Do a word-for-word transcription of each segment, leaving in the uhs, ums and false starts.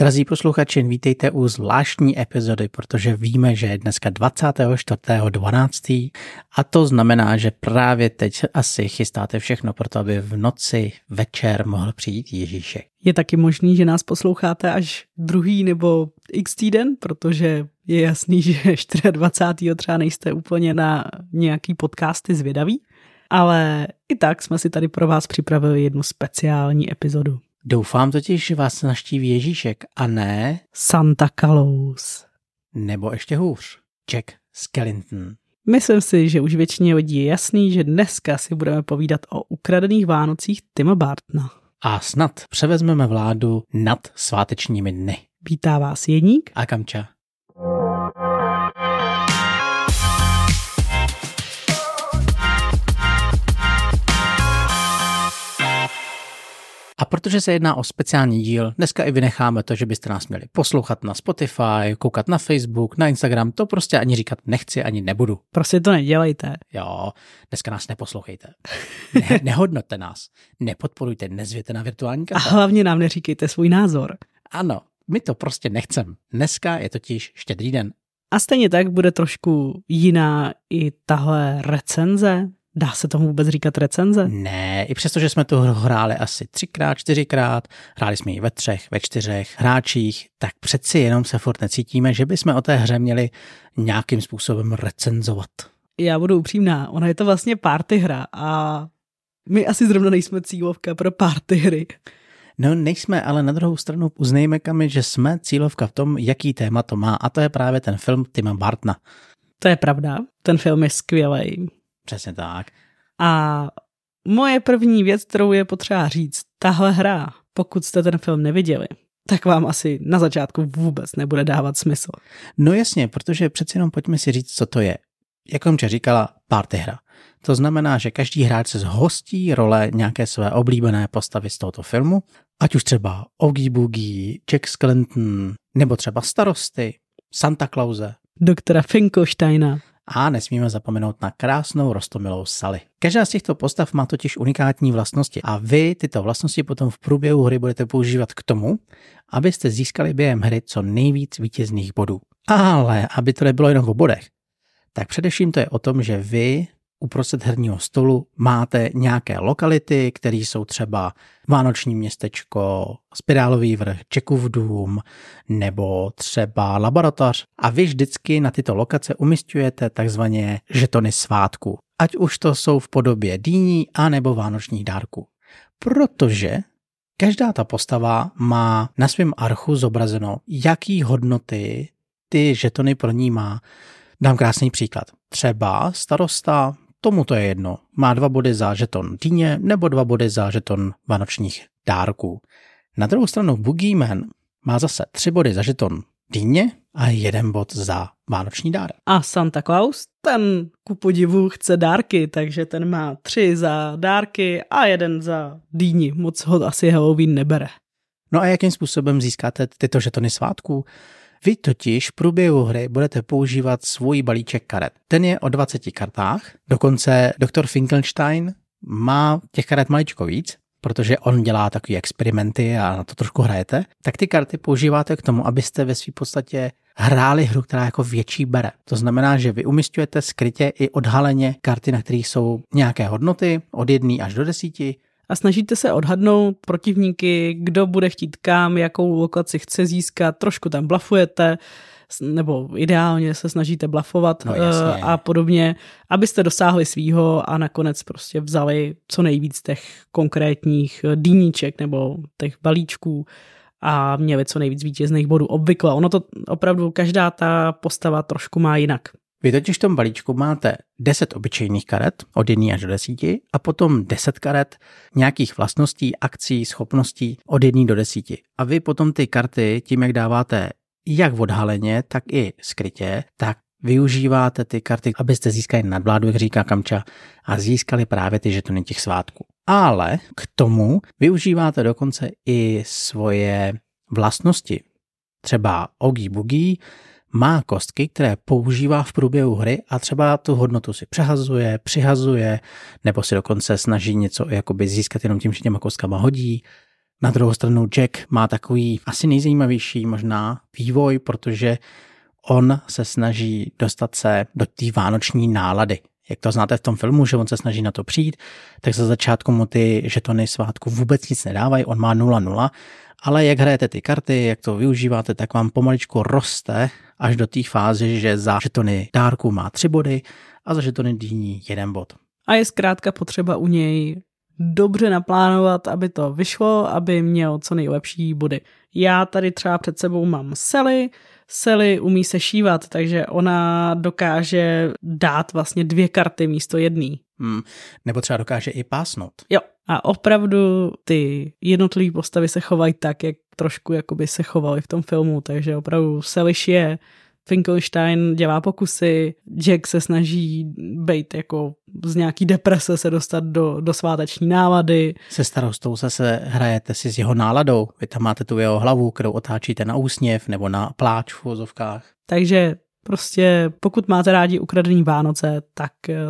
Drazí posluchači, vítejte u zvláštní epizody, protože víme, že je dneska dvacátého čtvrtého dvanáctého a to znamená, že právě teď asi chystáte všechno pro to, aby v noci, večer mohl přijít Ježíšek. Je taky možný, že nás posloucháte až druhý nebo x týden, protože je jasný, že dvacátého čtvrtého třeba nejste úplně na nějaký podcasty zvědaví, ale i tak jsme si tady pro vás připravili jednu speciální epizodu. Doufám totiž, že vás navštíví Ježíšek a ne Santa Claus. Nebo ještě hůř, Jack Skellington. Myslím si, že už většině lidí je jasný, že dneska si budeme povídat o ukradených Vánocích Tima Burtona. A snad převezmeme vládu nad svátečními dny. Vítá vás Jeník a Kamča. A protože se jedná o speciální díl, dneska i vynecháme to, že byste nás měli poslouchat na Spotify, koukat na Facebook, na Instagram, to prostě ani říkat nechci, ani nebudu. Prostě to nedělejte. Jo, dneska nás neposlouchejte. Ne, nehodnoťte nás, nepodporujte, nezvěte na virtuální kafe. A hlavně nám neříkejte svůj názor. Ano, my to prostě nechcem. Dneska je totiž Štědrý den. A stejně tak bude trošku jiná i tahle recenze. Dá se tomu vůbec říkat recenze? Ne, i přesto, že jsme tu hru hráli asi třikrát, čtyřikrát, hráli jsme ji ve třech, ve čtyřech hráčích, tak přeci jenom se furt necítíme, že bychom o té hře měli nějakým způsobem recenzovat. Já budu upřímná, ona je to vlastně party hra a my asi zrovna nejsme cílovka pro party hry. No nejsme, ale na druhou stranu uznejme, Kami, že jsme cílovka v tom, jaký téma to má, a to je právě ten film Tima Burtona. To je pravda, ten film je skvělej. Přesně tak. A moje první věc, kterou je potřeba říct, tahle hra, pokud jste ten film neviděli, tak vám asi na začátku vůbec nebude dávat smysl. No jasně, protože přeci jenom pojďme si říct, co to je. Jak Kamča říkala, party hra. To znamená, že každý hráč se zhostí role nějaké své oblíbené postavy z tohoto filmu, ať už třeba Oogie Boogie, Jack Skellington, nebo třeba starosty, Santa Clause, doktora Finkelsteina. A nesmíme zapomenout na krásnou roztomilou Sally. Každá z těchto postav má totiž unikátní vlastnosti a vy tyto vlastnosti potom v průběhu hry budete používat k tomu, abyste získali během hry co nejvíc vítězných bodů. Ale aby to nebylo jenom o bodech, tak především to je o tom, že vy uprostřed herního stolu máte nějaké lokality, které jsou třeba Vánoční městečko, Spirálový vrch, Jackův dům nebo třeba laboratoř a vy vždycky na tyto lokace umísťujete takzvané žetony svátku. Ať už to jsou v podobě dýní a nebo vánočních dárků. Protože každá ta postava má na svém archu zobrazeno, jaký hodnoty ty žetony pro ní má. Dám krásný příklad. Třeba starosta, tomu to je jedno, má dva body za žeton dýně nebo dva body za žeton vánočních dárků. Na druhou stranu Boogeyman má zase tři body za žeton dýně a jeden bod za vánoční dárek. A Santa Claus, ten ku podivu chce dárky, takže ten má tři za dárky a jeden za dýni. Moc ho asi Halloween nebere. No a jakým způsobem získáte tyto žetony svátků? Vy totiž v průběhu hry budete používat svůj balíček karet. Ten je o dvaceti kartách, dokonce doktor Finkelstein má těch karet maličko víc, protože on dělá takové experimenty a na to trošku hrajete, tak ty karty používáte k tomu, abyste ve své podstatě hráli hru, která jako větší bere. To znamená, že vy umísťujete skrytě i odhaleně karty, na kterých jsou nějaké hodnoty od jedné až do desíti, a snažíte se odhadnout protivníky, kdo bude chtít kam, jakou lokaci chce získat, trošku tam blafujete, nebo ideálně se snažíte blafovat no, a podobně, abyste dosáhli svýho a nakonec prostě vzali co nejvíc těch konkrétních dýníček nebo těch balíčků a měli co nejvíc vítězných bodů. Obvykle, ono to opravdu každá ta postava trošku má jinak. Vy totiž v tom balíčku máte deset obyčejných karet od jedné až do desíti a potom deset karet nějakých vlastností, akcí, schopností od jedné do desíti. A vy potom ty karty, tím jak dáváte jak odhaleně, tak i skrytě, tak využíváte ty karty, abyste získali nadvládu, jak říká Kamča, a získali právě ty žetony těch svátků. Ale k tomu využíváte dokonce i svoje vlastnosti. Třeba Oogie Boogie má kostky, které používá v průběhu hry a třeba tu hodnotu si přehazuje, přihazuje, nebo si dokonce snaží něco jakoby získat jenom tím, že těma kostkama hodí. Na druhou stranu Jack má takový asi nejzajímavější možná vývoj, protože on se snaží dostat se do té vánoční nálady. Jak to znáte v tom filmu, že on se snaží na to přijít, tak za začátku mu ty žetony svátku vůbec nic nedávají, on má nula nula, ale jak hrajete ty karty, jak to využíváte, tak vám pomaličku roste až do té fáze, že za žetony dárku má tři body a za žetony dýní jeden bod. A je zkrátka potřeba u něj dobře naplánovat, aby to vyšlo, aby měl co nejlepší body. Já tady třeba před sebou mám Sally. Sally umí se šívat, takže ona dokáže dát vlastně dvě karty místo jedný. Hmm, nebo třeba dokáže i pásnout. Jo, a opravdu ty jednotlivé postavy se chovají tak, jak trošku jakoby se chovaly v tom filmu, takže opravdu Sally šije, Finkelstein dělá pokusy, Jack se snaží být jako z nějaký deprese se dostat do, do sváteční nálady. Se starostou se, se hrajete si s jeho náladou. Vy tam máte tu jeho hlavu, kterou otáčíte na úsměv nebo na pláč v uvozovkách. Takže prostě pokud máte rádi Ukradený Vánoce, tak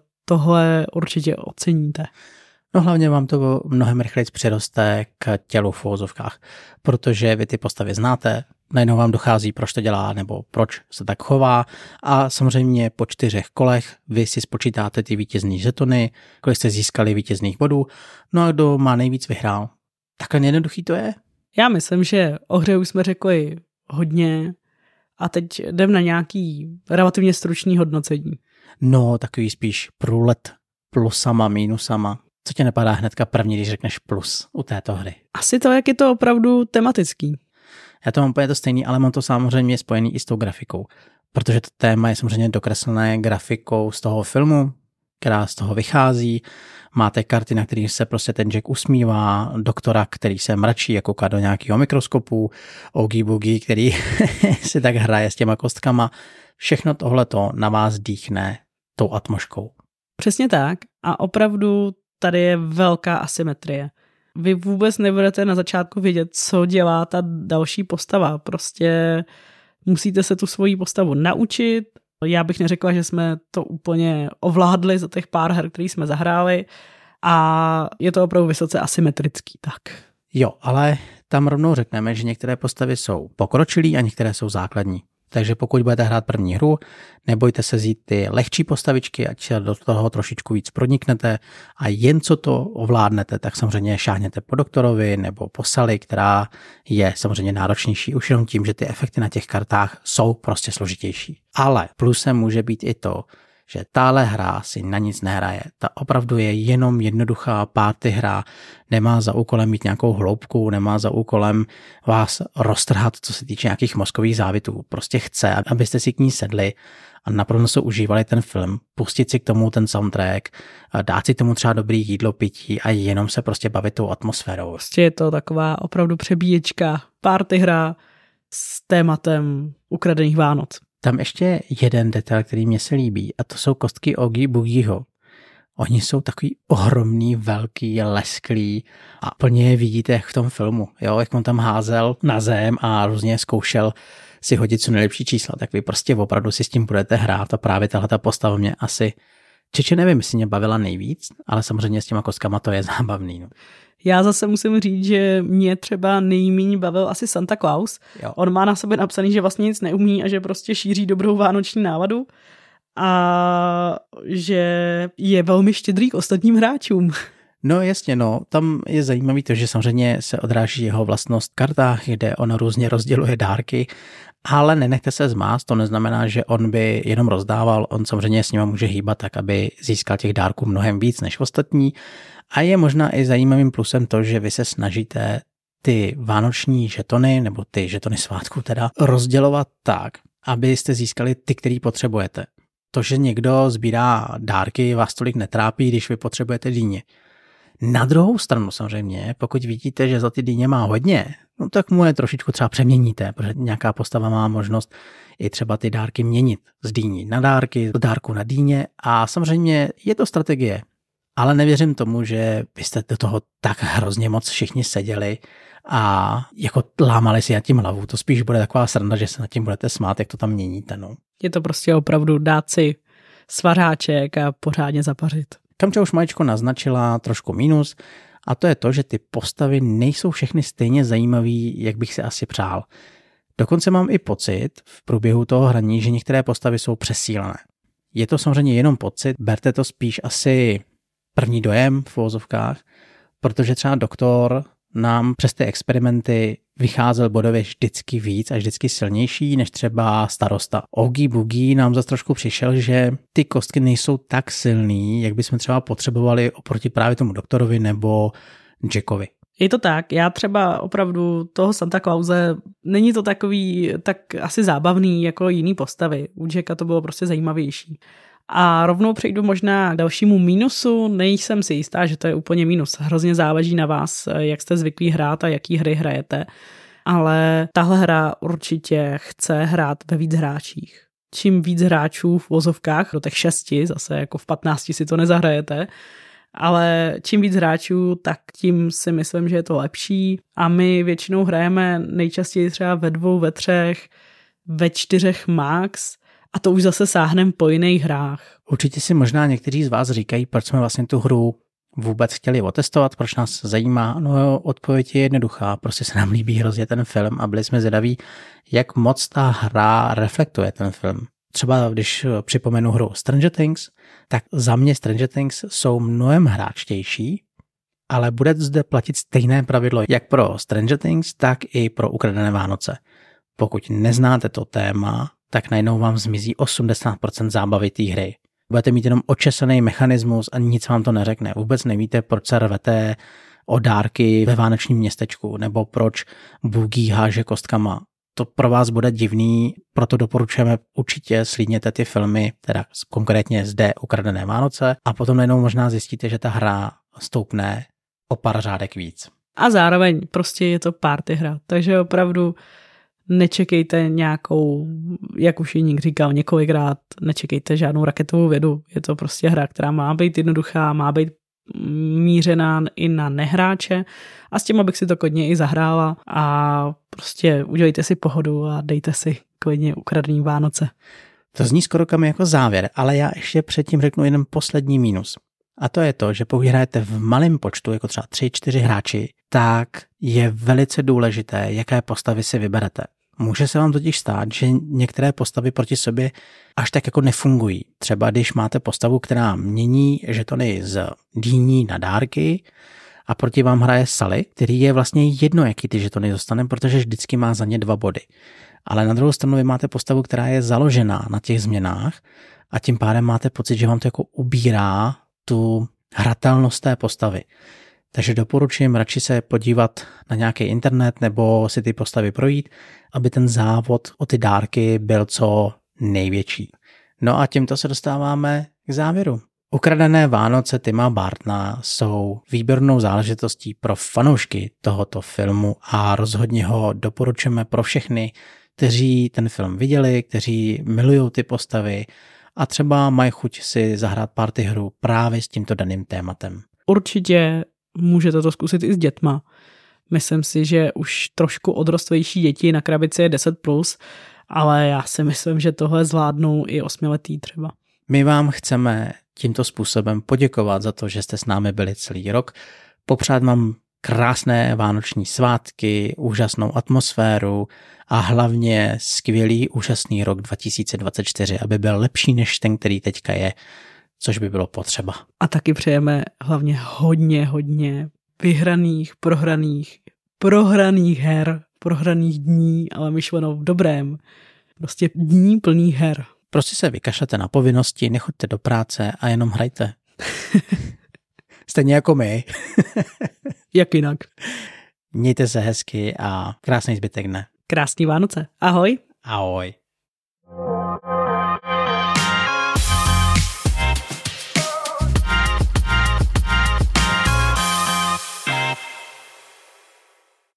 tohle určitě oceníte. No hlavně vám to mnohem rychleji přiroste k tělu v uvozovkách, protože vy ty postavy znáte, najednou vám dochází, proč to dělá nebo proč se tak chová a samozřejmě po čtyřech kolech vy si spočítáte ty vítězný žetony, kolik jste získali vítězných bodů, no a kdo má nejvíc vyhrál. Takhle jednoduchý to je? Já myslím, že o hře už jsme řekli hodně a teď jdem na nějaký relativně stručný hodnocení. No, takový spíš průlet plusama, mínusama. Co tě napadá hnedka první, když řekneš plus u této hry? Asi to, jak je to opravdu tematický. Já to mám úplně to stejný, ale mám to samozřejmě spojený i s tou grafikou, protože to téma je samozřejmě dokreslené grafikou z toho filmu, která z toho vychází. Máte karty, na kterých se prostě ten Jack usmívá, doktora, který se mračí a kouká do nějakého mikroskopu, Oogie Boogie, který si tak hraje s těma kostkama. Všechno tohleto na vás dýchne tou atmosférou. Přesně tak a opravdu tady je velká asymetrie. Vy vůbec nebudete na začátku vědět, co dělá ta další postava. Prostě musíte se tu svoji postavu naučit. Já bych neřekla, že jsme to úplně ovládli za těch pár her, který jsme zahráli a je to opravdu vysoce asymetrický. Tak. Jo, ale tam rovnou řekneme, že některé postavy jsou pokročilý a některé jsou základní. Takže pokud budete hrát první hru, nebojte se vzít ty lehčí postavičky, ať se do toho trošičku víc proniknete a jen co to ovládnete, tak samozřejmě šáhněte po doktorovi nebo po Sally, která je samozřejmě náročnější už jenom tím, že ty efekty na těch kartách jsou prostě složitější. Ale plusem může být i to, že tahle hra si na nic nehraje. Ta opravdu je jenom jednoduchá party hra, nemá za úkolem mít nějakou hloubku, nemá za úkolem vás roztrhat, co se týče nějakých mozkových závitů. Prostě chce, abyste si k ní sedli a naprosto se užívali ten film, pustit si k tomu ten soundtrack, dát si tomu třeba dobrý jídlo, pití a jenom se prostě bavit tou atmosférou. Prostě je to taková opravdu přebíječka, party hra s tématem Ukradených Vánoc. Tam ještě jeden detail, který mě se líbí, a to jsou kostky Oogie Boogieho. Oni jsou takový ohromný, velký, lesklý a plně je vidíte jak v tom filmu. Jo? Jak on tam házel na zem a různě zkoušel si hodit co nejlepší čísla, tak vy prostě opravdu si s tím budete hrát a právě tahleta postava mě asi, čiče nevím, jestli mě bavila nejvíc, ale samozřejmě s těma kostkama to je zábavný. No. Já zase musím říct, že mě třeba nejméně bavil asi Santa Claus. Jo. On má na sobě napsaný, že vlastně nic neumí a že prostě šíří dobrou vánoční náladu a že je velmi štědrý k ostatním hráčům. No jasně, no, tam je zajímavý to, že samozřejmě se odráží jeho vlastnost v kartách, kde on různě rozděluje dárky, ale nenechte se zmást, to neznamená, že on by jenom rozdával, on samozřejmě s nima může hýbat tak, aby získal těch dárků mnohem víc než ostatní a je možná i zajímavým plusem to, že vy se snažíte ty vánoční žetony, nebo ty žetony svátku teda, rozdělovat tak, abyste získali ty, který potřebujete. To, že někdo sbírá dárky, vás tolik netrápí, když vy potřebujete dýně. Na druhou stranu samozřejmě, pokud vidíte, že za ty dýně má hodně, no tak mu je trošičku třeba přeměníte, protože nějaká postava má možnost i třeba ty dárky měnit z dýní na dárky, z dárku na dýně a samozřejmě je to strategie. Ale nevěřím tomu, že byste do toho tak hrozně moc všichni seděli a jako lámali si nad tím hlavu. To spíš bude taková sranda, že se nad tím budete smát, jak to tam měníte. No. Je to prostě opravdu dát si svařáček a pořádně zapařit. Kamča už maličko naznačila trošku mínus A to je to, že ty postavy nejsou všechny stejně zajímavý, jak bych si asi přál. Dokonce mám i pocit v průběhu toho hraní, že některé postavy jsou přesílené. Je to samozřejmě jenom pocit, berte to spíš asi první dojem v uvozovkách, protože třeba doktor nám přes ty experimenty vycházel bodově vždycky víc a vždycky silnější než třeba starosta. Oogie Boogie nám zase trošku přišel, že ty kostky nejsou tak silný, jak bychom třeba potřebovali oproti právě tomu doktorovi nebo Jackovi. Je to tak, já třeba opravdu toho Santa Clause, není to takový tak asi zábavný jako jiný postavy. U Jacka to bylo prostě zajímavější. A rovnou přejdu možná k dalšímu mínusu, nejsem si jistá, že to je úplně mínus. Hrozně záleží na vás, jak jste zvyklí hrát a jaký hry hrajete. Ale tahle hra určitě chce hrát ve víc hráčích. Čím víc hráčů v vozovkách, do těch šesti, zase jako v patnácti si to nezahrajete, ale čím víc hráčů, tak tím si myslím, že je to lepší. A my většinou hrajeme nejčastěji třeba ve dvou, ve třech, ve čtyřech max, a to už zase sáhnem po jiných hrách. Určitě si možná někteří z vás říkají, proč jsme vlastně tu hru vůbec chtěli otestovat, proč nás zajímá. No jo, odpověď je jednoduchá, prostě se nám líbí hrozně ten film a byli jsme zvědaví, jak moc ta hra reflektuje ten film. Třeba když připomenu hru Stranger Things, tak za mě Stranger Things jsou mnohem hráčtější, ale bude zde platit stejné pravidlo jak pro Stranger Things, tak i pro Ukradené Vánoce. Pokud neznáte to téma, tak najednou vám zmizí osmdesát procent zábavy té hry. Budete mít jenom očesaný mechanismus a nic vám to neřekne. Vůbec nevíte, proč se rvete o dárky ve vánočním městečku, nebo proč Boogie háže kostkama. To pro vás bude divný, proto doporučujeme určitě slídněte ty filmy, teda konkrétně zde Ukradené Vánoce, a potom najednou možná zjistíte, že ta hra stoupne o pár řádek víc. A zároveň prostě je to party hra, takže opravdu nečekejte nějakou, jak už Jiník říkal několikrát, nečekejte žádnou raketovou vědu. Je to prostě hra, která má být jednoduchá, má být mířená i na nehráče a s tím, abych si to klidně i zahrála a prostě udělejte si pohodu a dejte si klidně Ukradený Vánoce. To zní skoro kam jako závěr, ale já ještě předtím řeknu jeden poslední mínus. A to je to, že pokud hrajete v malém počtu, jako třeba tři čtyři hráči, tak je velice důležité, jaké postavy si vyberete. Může se vám totiž stát, že některé postavy proti sobě až tak jako nefungují. Třeba když máte postavu, která mění žetony z dýní na dárky a proti vám hraje Sally, který je vlastně jedno, jaký ty žetony dostane, protože vždycky má za ně dva body. Ale na druhou stranu vy máte postavu, která je založená na těch změnách a tím pádem máte pocit, že vám to jako ubírá tu hratelnost té postavy. Takže doporučuji radši se podívat na nějaký internet nebo si ty postavy projít, aby ten závod o ty dárky byl co největší. No a tímto se dostáváme k závěru. Ukradené Vánoce Tima Burtona jsou výbornou záležitostí pro fanoušky tohoto filmu a rozhodně ho doporučujeme pro všechny, kteří ten film viděli, kteří milují ty postavy a třeba mají chuť si zahrát party hru právě s tímto daným tématem. Určitě můžete to zkusit i s dětma. Myslím si, že už trošku odrostlejší děti, na krabici je deset plus, ale já si myslím, že tohle zvládnou i osmiletý třeba. My vám chceme tímto způsobem poděkovat za to, že jste s námi byli celý rok. Popřát vám krásné vánoční svátky, úžasnou atmosféru a hlavně skvělý, úžasný rok dva tisíce dvacet čtyři, aby byl lepší než ten, který teďka je, což by bylo potřeba. A taky přejeme hlavně hodně, hodně vyhraných, prohraných, prohraných her, prohraných dní, ale myšleno v dobrém. Prostě dní plných her. Prostě se vykašlete na povinnosti, nechoďte do práce a jenom hrajte. Stejně jako my. Jak jinak. Mějte se hezky a krásný zbytek dne. Krásný Vánoce. Ahoj. Ahoj.